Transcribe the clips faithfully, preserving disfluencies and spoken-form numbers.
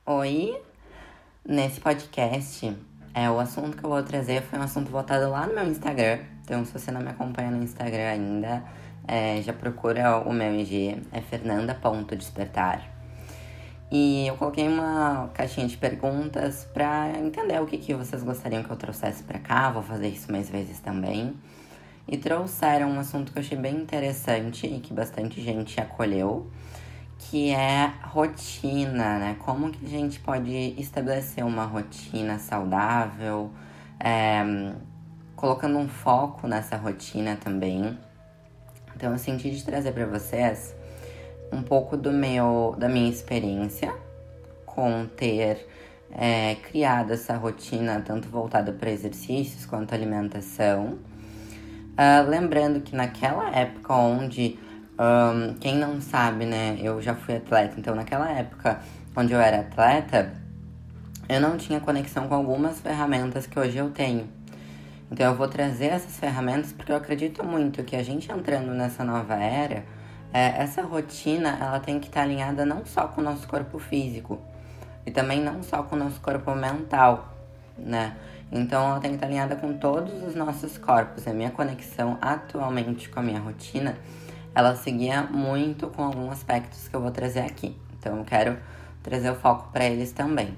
Oi, nesse podcast, é, o assunto que eu vou trazer foi um assunto voltado lá no meu Instagram. Então, se você não me acompanha no Instagram ainda, é, já procura o meu I G, é fernanda ponto despertar. E eu coloquei uma caixinha de perguntas pra entender o que, que vocês gostariam que eu trouxesse pra cá. Vou fazer isso mais vezes também. E trouxeram um assunto que eu achei bem interessante e que bastante gente acolheu, que é rotina, né? Como que a gente pode estabelecer uma rotina saudável, é, colocando um foco nessa rotina também. Então eu senti de trazer para vocês um pouco do meu, da minha experiência com ter é, criado essa rotina tanto voltada para exercícios quanto alimentação. Uh, lembrando que naquela época onde, um, quem não sabe, né, eu já fui atleta, então naquela época onde eu era atleta, eu não tinha conexão com algumas ferramentas que hoje eu tenho. Então eu vou trazer essas ferramentas porque eu acredito muito que a gente entrando nessa nova era, é, essa rotina ela tem que estar alinhada não só com o nosso corpo físico, e também não só com o nosso corpo mental, né? Então ela tem que estar alinhada com todos os nossos corpos. A minha conexão atualmente com a minha rotina, ela seguia muito com alguns aspectos que eu vou trazer aqui. Então eu quero trazer o foco para eles também.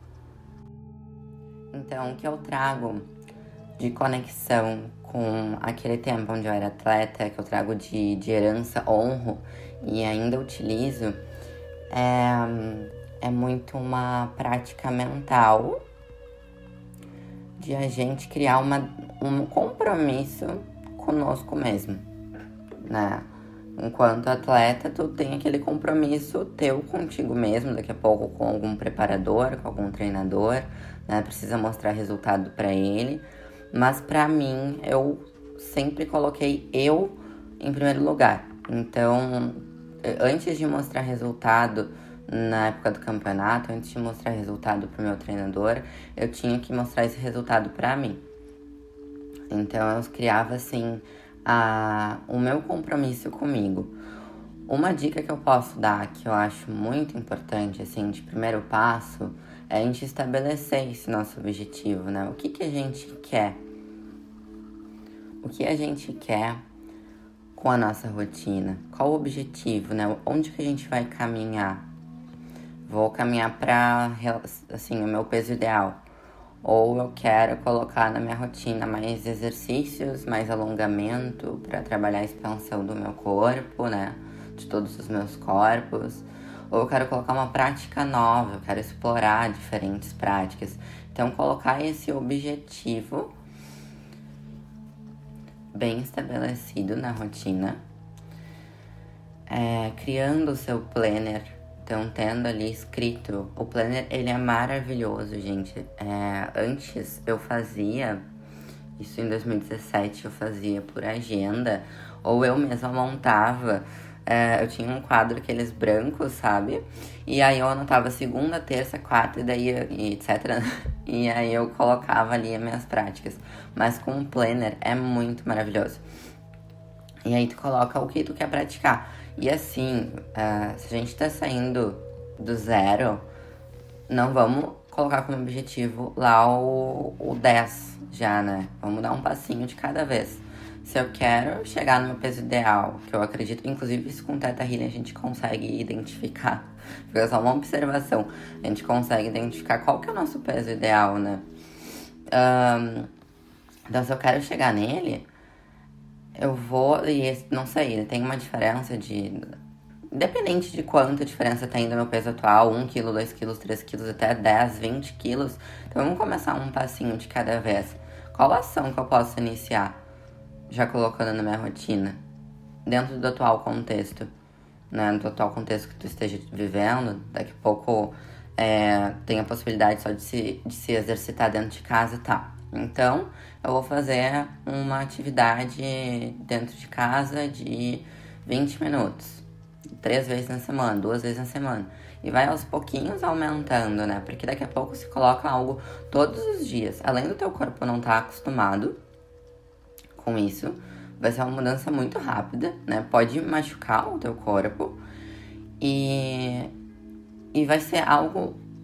Então o que eu trago de conexão com aquele tempo onde eu era atleta, que eu trago de, de herança, honro e ainda utilizo, é, é muito uma prática mental de a gente criar uma, um compromisso conosco mesmo, né? Enquanto atleta, tu tem aquele compromisso teu contigo mesmo, daqui a pouco com algum preparador, com algum treinador, né? Precisa mostrar resultado para ele. Mas pra mim, eu sempre coloquei eu em primeiro lugar. Então, antes de mostrar resultado na época do campeonato, antes de mostrar resultado pro meu treinador, eu tinha que mostrar esse resultado pra mim. Então eu criava assim a, o meu compromisso comigo. Uma dica que eu posso dar, que eu acho muito importante, assim, de primeiro passo, é a gente estabelecer esse nosso objetivo, né? O que que a gente quer? O que a gente quer com a nossa rotina? Qual o objetivo, né? Onde que a gente vai caminhar? Vou caminhar para, assim, o meu peso ideal. Ou eu quero colocar na minha rotina mais exercícios, mais alongamento para trabalhar a expansão do meu corpo, né? De todos os meus corpos. Ou eu quero colocar uma prática nova, eu quero explorar diferentes práticas. Então, colocar esse objetivo bem estabelecido na rotina. É, criando o seu planner. Então, tendo ali escrito, o planner, ele é maravilhoso, gente. É, antes eu fazia, isso em dois mil e dezessete, eu fazia por agenda, ou eu mesma montava. É, eu tinha um quadro, aqueles brancos, sabe? E aí eu anotava segunda, terça, quarta, e daí, e etcétera. E aí eu colocava ali as minhas práticas. Mas com o planner é muito maravilhoso. E aí tu coloca o que tu quer praticar. E assim, uh, se a gente tá saindo do zero, não vamos colocar como objetivo lá o, o dez já, né? Vamos dar um passinho de cada vez. Se eu quero chegar no meu peso ideal, que eu acredito, inclusive isso com o Theta Healing a gente consegue identificar. Fica só uma observação. A gente consegue identificar qual que é o nosso peso ideal, né? Um, então, se eu quero chegar nele, eu vou, e não sei, tem uma diferença de... Independente de quanta diferença tem do meu peso atual, um quilo, dois quilos, três quilos, até dez, vinte quilos. Então vamos começar um passinho de cada vez. Qual ação que eu posso iniciar, já colocando na minha rotina, dentro do atual contexto, né? Do atual contexto que tu esteja vivendo, daqui a pouco é, tem a possibilidade só de se, de se exercitar dentro de casa, tá? Então, eu vou fazer uma atividade dentro de casa de vinte minutos. Três vezes na semana, duas vezes na semana. E vai aos pouquinhos aumentando, né? Porque daqui a pouco se coloca algo todos os dias. Além do teu corpo não estar acostumado com isso, vai ser uma mudança muito rápida, né? Pode machucar o teu corpo. E, e vai ser algo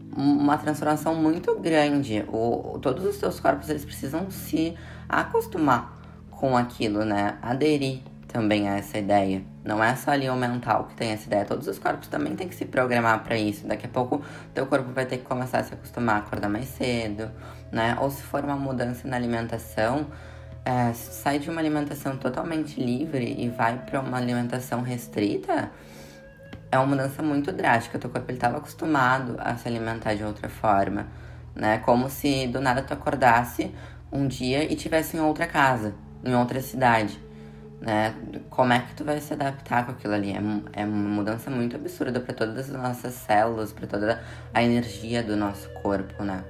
uma transformação muito grande. O, todos os teus corpos, eles precisam se acostumar com aquilo, né? Aderir também a essa ideia. Não é só ali o mental que tem essa ideia. Todos os corpos também têm que se programar para isso. Daqui a pouco, teu corpo vai ter que começar a se acostumar a acordar mais cedo, né? Ou se for uma mudança na alimentação, é, sai de uma alimentação totalmente livre e vai para uma alimentação restrita, é uma mudança muito drástica. Teu corpo estava acostumado a se alimentar de outra forma, né? Como se do nada tu acordasse um dia e tivesse em outra casa, em outra cidade, né? Como é que tu vai se adaptar com aquilo ali? É, é uma mudança muito absurda para todas as nossas células, para toda a energia do nosso corpo, né?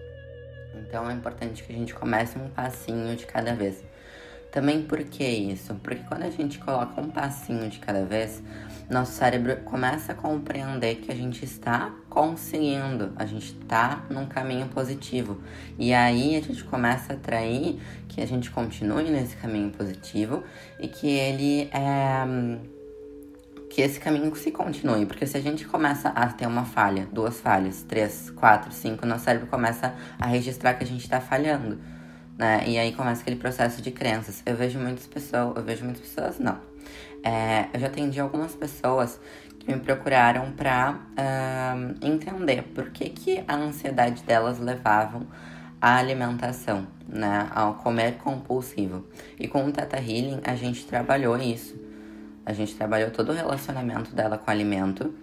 Então é importante que a gente comece um passinho de cada vez. Também por que isso? Porque quando a gente coloca um passinho de cada vez, nosso cérebro começa a compreender que a gente está conseguindo, a gente está num caminho positivo. E aí a gente começa a atrair que a gente continue nesse caminho positivo e que ele é... que esse caminho se continue. Porque se a gente começa a ter uma falha, duas falhas, três, quatro, cinco, nosso cérebro começa a registrar que a gente está falhando, né? E aí começa aquele processo de crenças. Eu vejo muitas pessoas, eu vejo muitas pessoas, não. É, eu já atendi algumas pessoas que me procuraram para uh, entender por que, que a ansiedade delas levavam à alimentação, né? Ao comer compulsivo. E com o Theta Healing a gente trabalhou isso. A gente trabalhou todo o relacionamento dela com o alimento,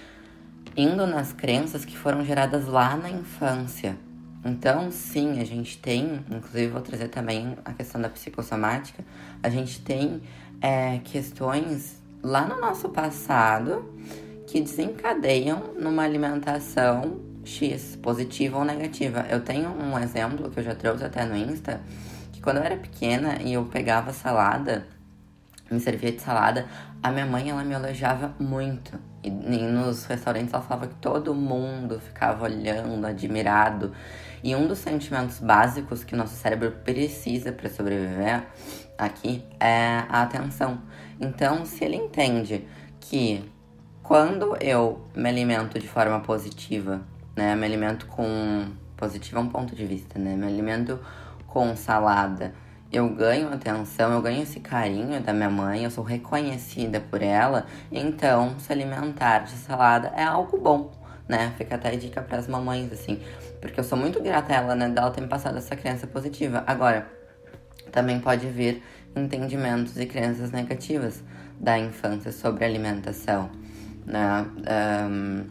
indo nas crenças que foram geradas lá na infância. Então, sim, a gente tem, inclusive vou trazer também a questão da psicossomática, a gente tem é, questões lá no nosso passado que desencadeiam numa alimentação X, positiva ou negativa. Eu tenho um exemplo que eu já trouxe até no Insta, que quando eu era pequena e eu pegava salada, me servia de salada, a minha mãe, ela me elogiava muito. E, e nos restaurantes ela falava que todo mundo ficava olhando, admirado. E um dos sentimentos básicos que o nosso cérebro precisa para sobreviver aqui é a atenção. Então, se ele entende que quando eu me alimento de forma positiva, né, me alimento com... Positivo é um ponto de vista, né? Me alimento com salada, eu ganho atenção, eu ganho esse carinho da minha mãe, eu sou reconhecida por ela, então se alimentar de salada é algo bom, né? Fica até a dica pras mamães, assim, porque eu sou muito grata a ela, né, dela ter me passado essa crença positiva. Agora, também pode vir entendimentos e crenças negativas da infância sobre alimentação, né? Um,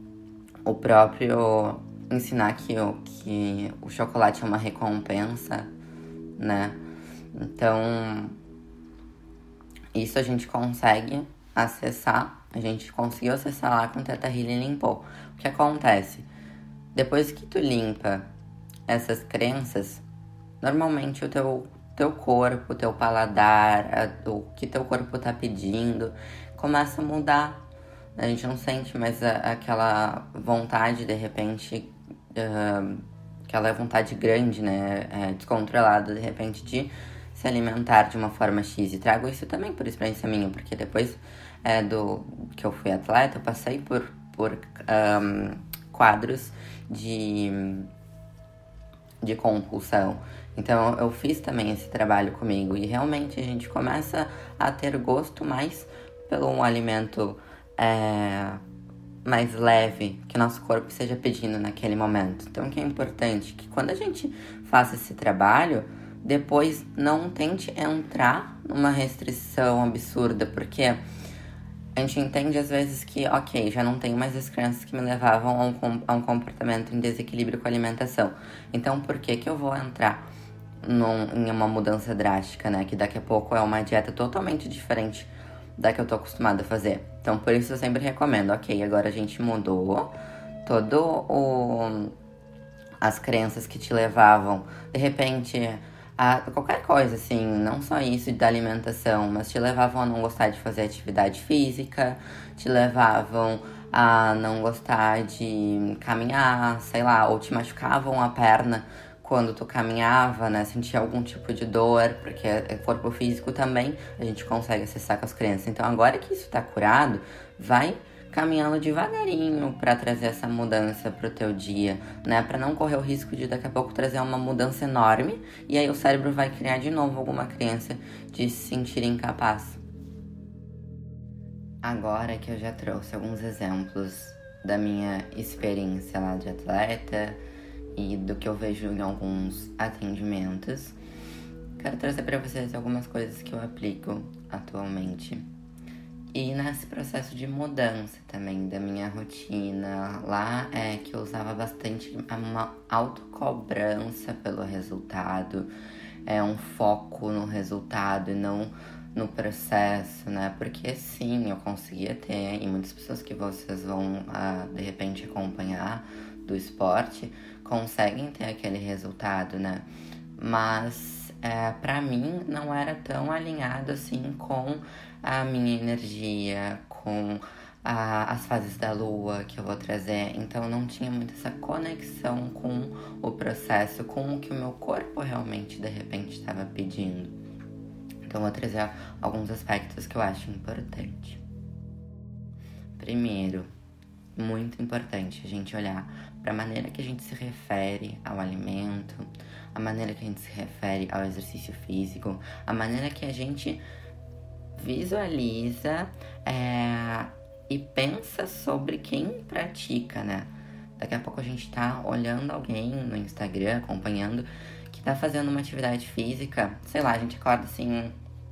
o próprio ensinar que o, que o chocolate é uma recompensa, né? Então, isso a gente consegue acessar, a gente conseguiu acessar lá com o Theta Healing limpou. O que acontece? Depois que tu limpa essas crenças, normalmente o teu, teu corpo, o teu paladar, a, o que teu corpo tá pedindo, começa a mudar. A gente não sente mais a, aquela vontade, de repente, uh, aquela vontade grande, né, é, descontrolada, de repente, de se alimentar de uma forma X. E trago isso também por experiência minha, porque depois é, do que eu fui atleta, eu passei por, por um, quadros de, de compulsão. Então, eu fiz também esse trabalho comigo. E realmente a gente começa a ter gosto mais pelo um alimento é, mais leve que o nosso corpo esteja pedindo naquele momento. Então, o que é importante? Que quando a gente faça esse trabalho, depois não tente entrar numa restrição absurda, porque a gente entende às vezes que, ok, já não tenho mais as crenças que me levavam a um, a um comportamento em desequilíbrio com a alimentação. Então, por que que eu vou entrar num, em uma mudança drástica, né? Que daqui a pouco é uma dieta totalmente diferente da que eu tô acostumada a fazer. Então, por isso eu sempre recomendo, ok, agora a gente mudou todo o... as crenças que te levavam, de repente, a qualquer coisa, assim, não só isso da alimentação, mas te levavam a não gostar de fazer atividade física, te levavam a não gostar de caminhar, sei lá, ou te machucavam a perna quando tu caminhava, né, sentia algum tipo de dor, porque é corpo físico também, a gente consegue acessar com as crenças. Então, agora que isso tá curado, vai caminhando devagarinho para trazer essa mudança pro teu dia, né? Para não correr o risco de daqui a pouco trazer uma mudança enorme e aí o cérebro vai criar de novo alguma crença de se sentir incapaz. Agora que eu já trouxe alguns exemplos da minha experiência lá de atleta e do que eu vejo em alguns atendimentos, quero trazer para vocês algumas coisas que eu aplico atualmente. E nesse processo de mudança também da minha rotina lá, é que eu usava bastante uma autocobrança pelo resultado, é um foco no resultado e não no processo, né? Porque sim, eu conseguia ter, e muitas pessoas que vocês vão ah, de repente acompanhar do esporte conseguem ter aquele resultado, né? Mas é, pra mim não era tão alinhado assim com a minha energia, com a, as fases da lua que eu vou trazer. Então não tinha muito essa conexão com o processo, com o que o meu corpo realmente de repente estava pedindo. Então vou trazer alguns aspectos que eu acho importante. Primeiro, muito importante a gente olhar para a maneira que a gente se refere ao alimento, a maneira que a gente se refere ao exercício físico, a maneira que a gente visualiza é, e pensa sobre quem pratica, né? Daqui a pouco a gente tá olhando alguém no Instagram, acompanhando, que tá fazendo uma atividade física, sei lá, a gente acorda assim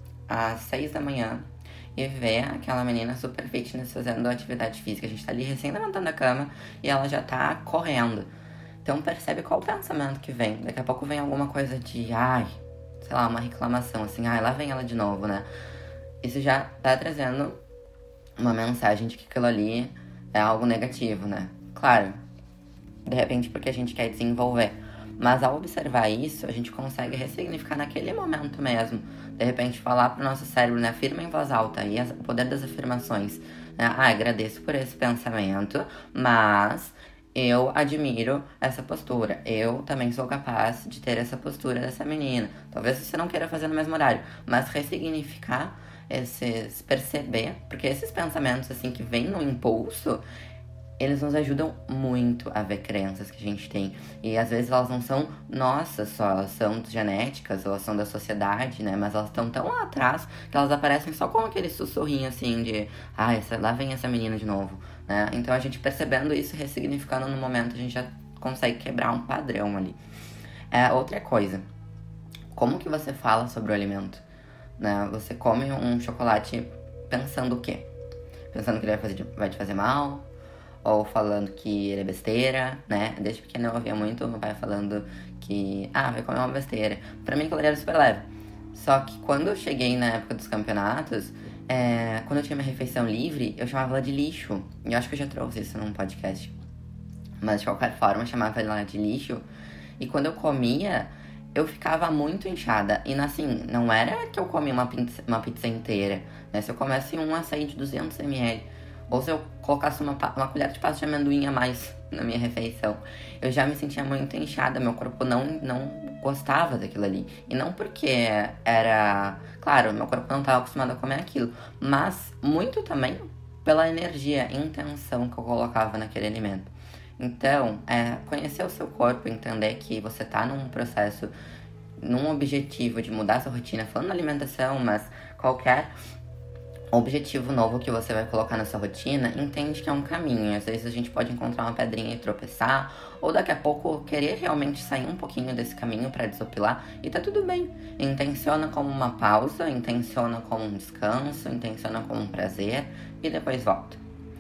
às seis da manhã e vê aquela menina super fitness fazendo atividade física. A gente tá ali recém levantando a cama e ela já tá correndo. Então percebe qual o pensamento que vem. Daqui a pouco vem alguma coisa de, ai, sei lá, uma reclamação, assim, ai, lá vem ela de novo, né? Isso já tá trazendo uma mensagem de que aquilo ali é algo negativo, né? Claro, de repente porque a gente quer desenvolver. Mas ao observar isso, a gente consegue ressignificar naquele momento mesmo. De repente falar pro nosso cérebro, né? Afirma em voz alta. E o poder das afirmações. Né? Ah, agradeço por esse pensamento, mas eu admiro essa postura. Eu também sou capaz de ter essa postura dessa menina. Talvez você não queira fazer no mesmo horário, mas ressignificar esses, perceber, porque esses pensamentos assim que vêm no impulso, eles nos ajudam muito a ver crenças que a gente tem. E às vezes elas não são nossas só, elas são genéticas, elas são da sociedade, né? Mas elas estão tão lá atrás que elas aparecem só com aquele sussurrinho assim de ah, essa, lá vem essa menina de novo, né? Então a gente percebendo isso, ressignificando no momento, a gente já consegue quebrar um padrão ali. É, outra coisa, como que você fala sobre o alimento? Né? Você come um chocolate pensando o quê? Pensando que ele vai, fazer, vai te fazer mal? Ou falando que ele é besteira, né? Desde pequeno eu ouvia muito meu pai falando que, ah, vai comer uma besteira. Pra mim aquilo ali era super leve. Só que quando eu cheguei na época dos campeonatos, é, quando eu tinha minha refeição livre, eu chamava ela de lixo. E eu acho que eu já trouxe isso num podcast. Mas de qualquer forma, eu chamava ela de lixo. E quando eu comia, eu ficava muito inchada. E assim, não era que eu comia uma pizza, uma pizza inteira, né? Se eu comesse um açaí de duzentos mililitros, ou se eu colocasse uma, uma colher de pasta de amendoim a mais na minha refeição, eu já me sentia muito inchada. Meu corpo não, não gostava daquilo ali. E não porque era... Claro, meu corpo não estava acostumado a comer aquilo. Mas muito também pela energia e intenção que eu colocava naquele alimento. Então, é, conhecer o seu corpo, entender que você tá num processo, num objetivo de mudar sua rotina, falando da alimentação, mas qualquer objetivo novo que você vai colocar na sua rotina, entende que é um caminho. Às vezes a gente pode encontrar uma pedrinha e tropeçar, ou daqui a pouco querer realmente sair um pouquinho desse caminho para desopilar, e tá tudo bem. Intenciona como uma pausa, intenciona como um descanso, intenciona como um prazer, e depois volta.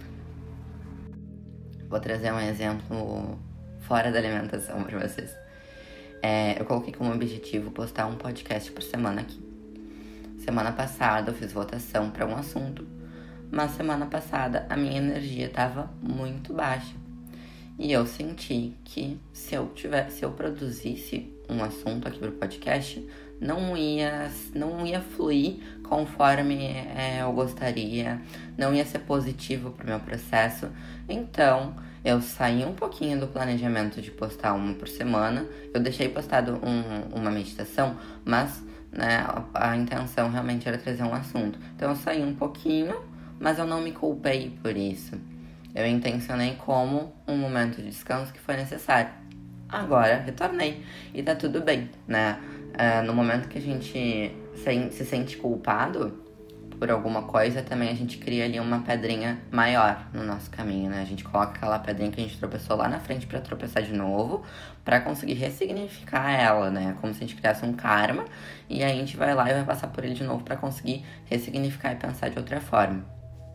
Vou trazer um exemplo fora da alimentação para vocês. É, eu coloquei como objetivo postar um podcast por semana aqui. Semana passada eu fiz votação para um assunto, mas semana passada a minha energia estava muito baixa. E eu senti que se eu tivesse, se eu produzisse um assunto aqui pro podcast, não ia, não ia fluir conforme é, eu gostaria, não ia ser positivo pro meu processo. Então, eu saí um pouquinho do planejamento de postar uma por semana. Eu deixei postado um, uma meditação, mas né, a, a intenção realmente era trazer um assunto. Então, eu saí um pouquinho, mas eu não me culpei por isso. Eu intencionei como um momento de descanso que foi necessário. Agora, retornei. E tá tudo bem, né? Uh, no momento que a gente se, se sente culpado por alguma coisa, também a gente cria ali uma pedrinha maior no nosso caminho, né? A gente coloca aquela pedrinha que a gente tropeçou lá na frente pra tropeçar de novo, pra conseguir ressignificar ela, né? Como se a gente criasse um karma, e aí a gente vai lá e vai passar por ele de novo pra conseguir ressignificar e pensar de outra forma.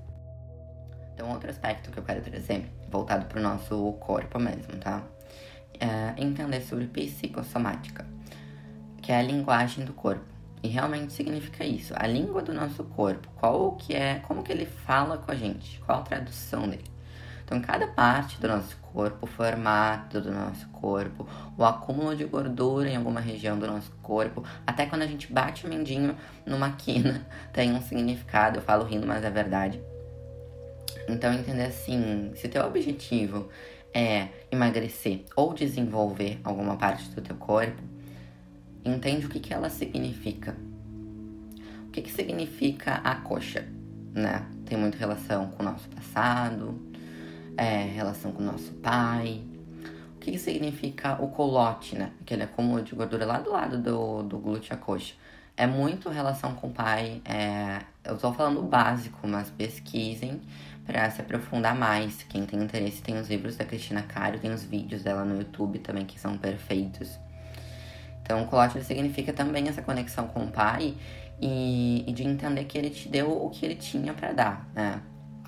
Então, outro aspecto que eu quero trazer, voltado pro nosso corpo mesmo, tá? É entender sobre psicossomática, que é a linguagem do corpo. E realmente significa isso. A língua do nosso corpo. Qual que é, como que ele fala com a gente? Qual a tradução dele? Então, cada parte do nosso corpo, o formato do nosso corpo, o acúmulo de gordura em alguma região do nosso corpo, até quando a gente bate o mendinho numa quina, tem um significado. Eu falo rindo, mas é verdade. Então, entender assim, se teu objetivo é emagrecer ou desenvolver alguma parte do teu corpo, entende o que, que ela significa. O que, que significa a coxa, né? Tem muita relação com o nosso passado, é, relação com o nosso pai. O que, que significa o colote, né? Aquele acúmulo de gordura lá do lado do, do glúteo à coxa. É muito relação com o pai. É, eu tô falando o básico, mas pesquisem para se aprofundar mais. Quem tem interesse tem os livros da Cristina Cario, tem os vídeos dela no YouTube também que são perfeitos. Então, o colote significa também essa conexão com o pai e, e de entender que ele te deu o que ele tinha para dar, né?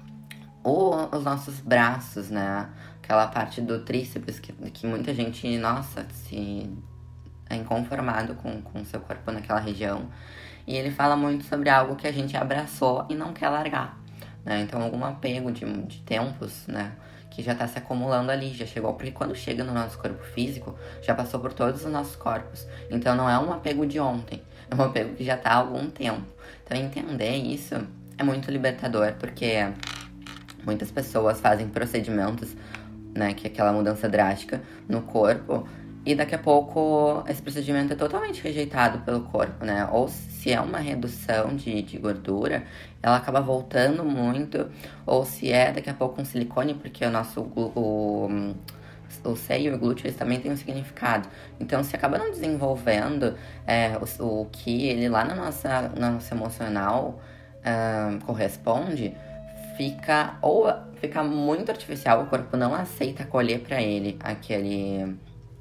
Ou os nossos braços, né? Aquela parte do tríceps que, que muita gente, nossa, se é inconformado com o seu corpo naquela região. E ele fala muito sobre algo que a gente abraçou e não quer largar, né? Então, algum apego de, de tempos, né? Que já tá se acumulando ali, já chegou, porque quando chega no nosso corpo físico, já passou por todos os nossos corpos. Então não é um apego de ontem, é um apego que já tá há algum tempo. Então entender isso é muito libertador, porque muitas pessoas fazem procedimentos, né, que é aquela mudança drástica no corpo, e daqui a pouco esse procedimento é totalmente rejeitado pelo corpo, né? Ou se é uma redução de, de gordura, ela acaba voltando muito. Ou se é daqui a pouco um silicone, porque o nosso o, o seio e o glúteo eles também têm um significado. Então, se acaba não desenvolvendo é, o, o que ele lá na nossa, no nosso emocional uh, corresponde, fica ou fica muito artificial, o corpo não aceita acolher para ele aquele...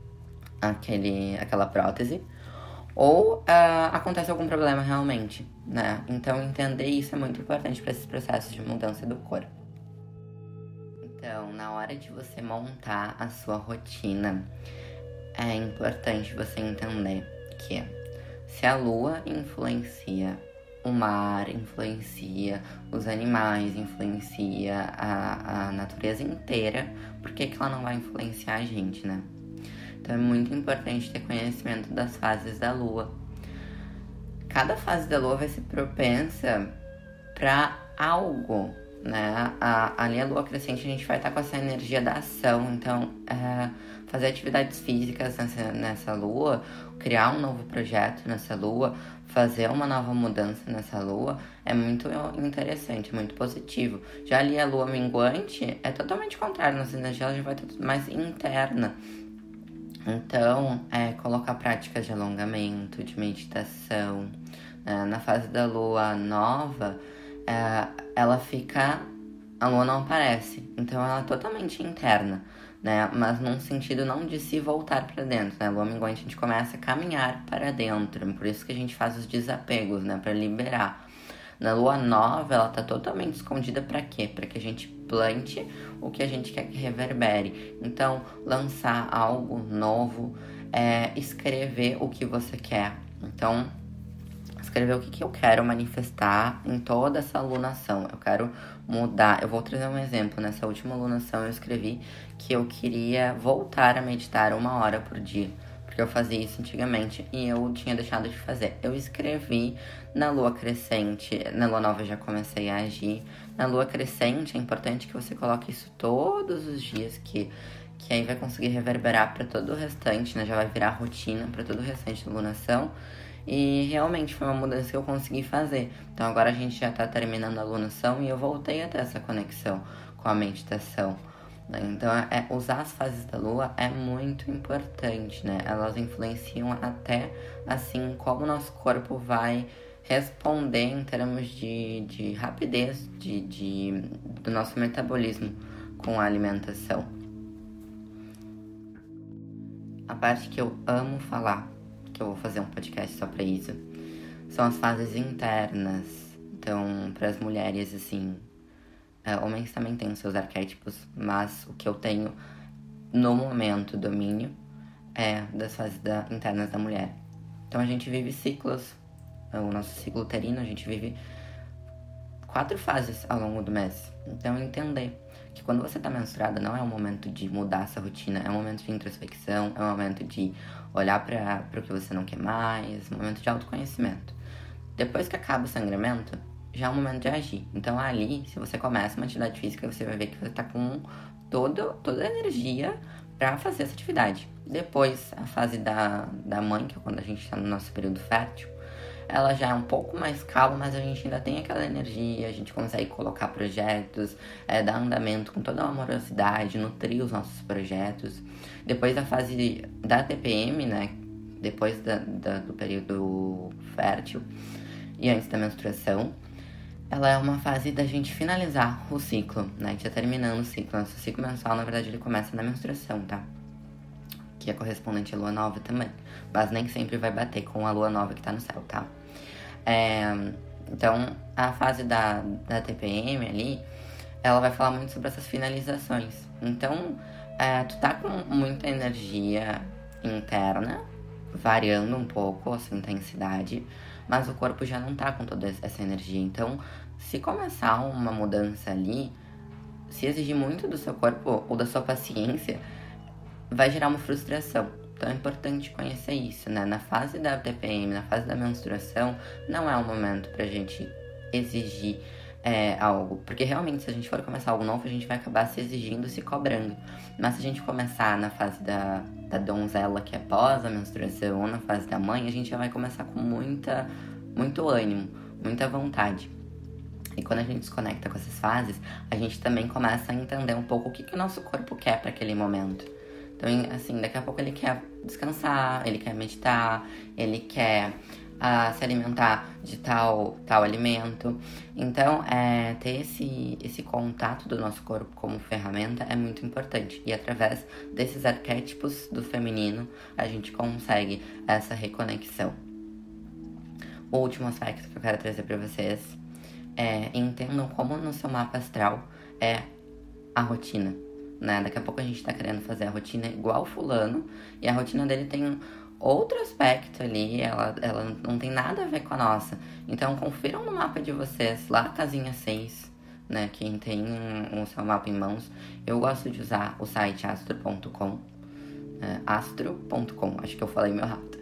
Aquele, aquela prótese, ou uh, acontece algum problema realmente, né? Então, entender isso é muito importante para esses processos de mudança do corpo. Então, na hora de você montar a sua rotina, é importante você entender que se a lua influencia, o mar influencia, os animais influencia a, a natureza inteira, por que que ela não vai influenciar a gente, né? Então é muito importante ter conhecimento das fases da lua. Cada fase da lua vai ser propensa para algo, né? A, ali a lua crescente a gente vai estar com essa energia da ação. Então, é, fazer atividades físicas nessa, nessa lua, criar um novo projeto nessa lua, fazer uma nova mudança nessa lua é muito interessante, muito positivo. Já ali a lua minguante é totalmente contrário, nossa energia ela já vai estar mais interna. Então, é, colocar práticas de alongamento, de meditação. É, na fase da lua nova, é, ela fica... A lua não aparece, então ela é totalmente interna, né? Mas num sentido não de se voltar para dentro, né? A lua minguante a gente começa a caminhar para dentro, por isso que a gente faz os desapegos, né? Para liberar. Na lua nova, ela tá totalmente escondida para quê? Para que a gente plante o que a gente quer que reverbere. Então, lançar algo novo, é, escrever o que você quer. Então, escrever o que, que eu quero manifestar em toda essa alunação. Eu quero mudar. Eu vou trazer um exemplo. Nessa última alunação, eu escrevi que eu queria voltar a meditar uma hora por dia. Porque eu fazia isso antigamente e eu tinha deixado de fazer. Eu escrevi na lua crescente, na lua nova eu já comecei a agir. Na lua crescente é importante que você coloque isso todos os dias, que, que aí vai conseguir reverberar para todo o restante, né? Já vai virar rotina para todo o restante da alunação. E realmente foi uma mudança que eu consegui fazer. Então agora a gente já tá terminando a alunação e eu voltei a ter essa conexão com a meditação. Então, é, usar as fases da lua é muito importante, né? Elas influenciam até, assim, como o nosso corpo vai responder em termos de, de rapidez de, de, do nosso metabolismo com a alimentação. A parte que eu amo falar, que eu vou fazer um podcast só pra isso, são as fases internas. Então, para as mulheres, assim, é, homens também têm os seus arquétipos, mas o que eu tenho no momento domínio é das fases da, internas da mulher. Então a gente vive ciclos, o nosso ciclo uterino, a gente vive quatro fases ao longo do mês. Então entender que quando você tá menstruada não é um momento de mudar essa rotina, é um momento de introspecção, é um momento de olhar para o que você não quer mais, um momento de autoconhecimento. Depois que acaba o sangramento, já é o momento de agir. Então ali, se você começa uma atividade física, você vai ver que você tá com todo, toda a energia para fazer essa atividade. Depois, a fase da, da mãe, que é quando a gente tá no nosso período fértil, ela já é um pouco mais calma, mas a gente ainda tem aquela energia, a gente consegue colocar projetos, é, dar andamento com toda a amorosidade, nutrir os nossos projetos. Depois a fase da T P M, né, depois da, da, do período fértil e antes da menstruação, ela é uma fase da gente finalizar o ciclo, né, que já terminando o ciclo. Nosso ciclo menstrual, na verdade, ele começa na menstruação, tá? Que é correspondente à lua nova também, mas nem sempre vai bater com a lua nova que tá no céu, tá? É, então, a fase da, da T P M ali, ela vai falar muito sobre essas finalizações. Então, é, tu tá com muita energia interna, variando um pouco a sua intensidade, mas o corpo já não tá com toda essa energia. Então, se começar uma mudança ali, se exigir muito do seu corpo ou da sua paciência, vai gerar uma frustração. Então é importante conhecer isso, né? Na fase da T P M, na fase da menstruação, não é o momento pra gente exigir é, algo. Porque realmente, se a gente for começar algo novo, a gente vai acabar se exigindo, se cobrando. Mas se a gente começar na fase da, da donzela, que é pós a menstruação, ou na fase da mãe, a gente já vai começar com muita, muito ânimo, muita vontade. E quando a gente se conecta com essas fases, a gente também começa a entender um pouco o que, que o nosso corpo quer para aquele momento. Então, assim, daqui a pouco ele quer descansar, ele quer meditar, ele quer uh, se alimentar de tal, tal alimento. Então, é, ter esse, esse contato do nosso corpo como ferramenta é muito importante. E através desses arquétipos do feminino, a gente consegue essa reconexão. O último aspecto que eu quero trazer para vocês é entendam como no seu mapa astral é a rotina. Né? Daqui a pouco a gente tá querendo fazer a rotina igual fulano, e a rotina dele tem outro aspecto ali, ela, ela não tem nada a ver com a nossa. Então confiram no mapa de vocês, lá casinha seis, né? Quem tem o seu mapa em mãos. Eu gosto de usar o site astro ponto com, é, astro ponto com, acho que eu falei meio rápido.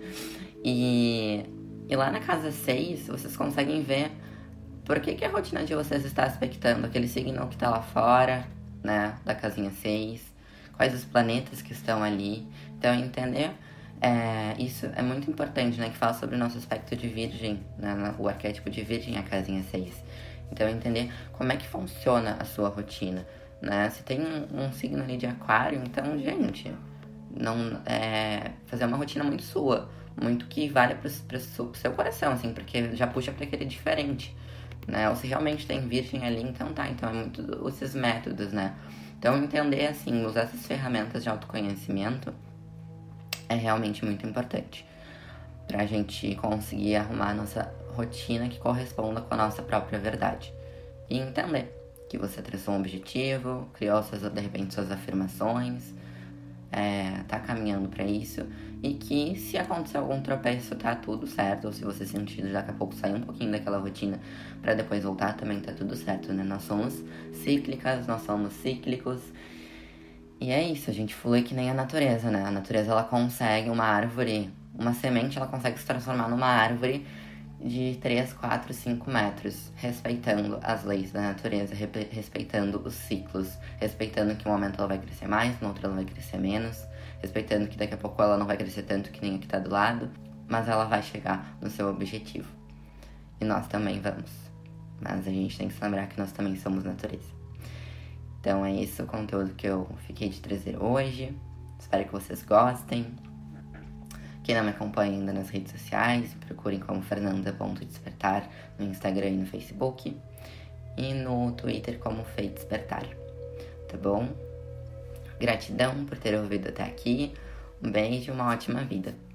E, e lá na casa seis, vocês conseguem ver por que, que a rotina de vocês está aspectando aquele signo que tá lá fora, né, da casinha seis, quais os planetas que estão ali. Então, entender é, isso é muito importante, né, que fala sobre o nosso aspecto de virgem, né, o arquétipo de virgem, a casinha seis. Então, entender como é que funciona a sua rotina, né, se tem um, um signo ali de aquário, então, gente, não, é, fazer uma rotina muito sua, muito que vale para o seu coração, assim, porque já puxa para aquele diferente. Né? Ou se realmente tem virgem ali, então tá. Então é muito esses métodos, né? Então entender, assim, usar essas ferramentas de autoconhecimento é realmente muito importante pra gente conseguir arrumar a nossa rotina que corresponda com a nossa própria verdade. E entender que você traçou um objetivo, criou suas, de repente suas afirmações, é, tá caminhando pra isso, e que se acontecer algum tropeço tá tudo certo, ou se você sentir daqui a pouco sair um pouquinho daquela rotina pra depois voltar, também tá tudo certo, né? Nós somos cíclicas, nós somos cíclicos, e é isso, a gente flui que nem a natureza, né? A natureza, ela consegue, uma árvore, uma semente, ela consegue se transformar numa árvore de três, quatro, cinco metros, respeitando as leis da natureza, respeitando os ciclos, respeitando que um momento ela vai crescer mais, no outro ela vai crescer menos, respeitando que daqui a pouco ela não vai crescer tanto que nem a que tá do lado, mas ela vai chegar no seu objetivo. E nós também vamos. Mas a gente tem que se lembrar que nós também somos natureza. Então é isso o conteúdo que eu fiquei de trazer hoje. Espero que vocês gostem. Quem não me acompanha ainda nas redes sociais, procurem como Fernanda.despertar no Instagram e no Facebook. E no Twitter como Fei Despertar. Tá bom? Gratidão por ter ouvido até aqui. Um beijo e uma ótima vida.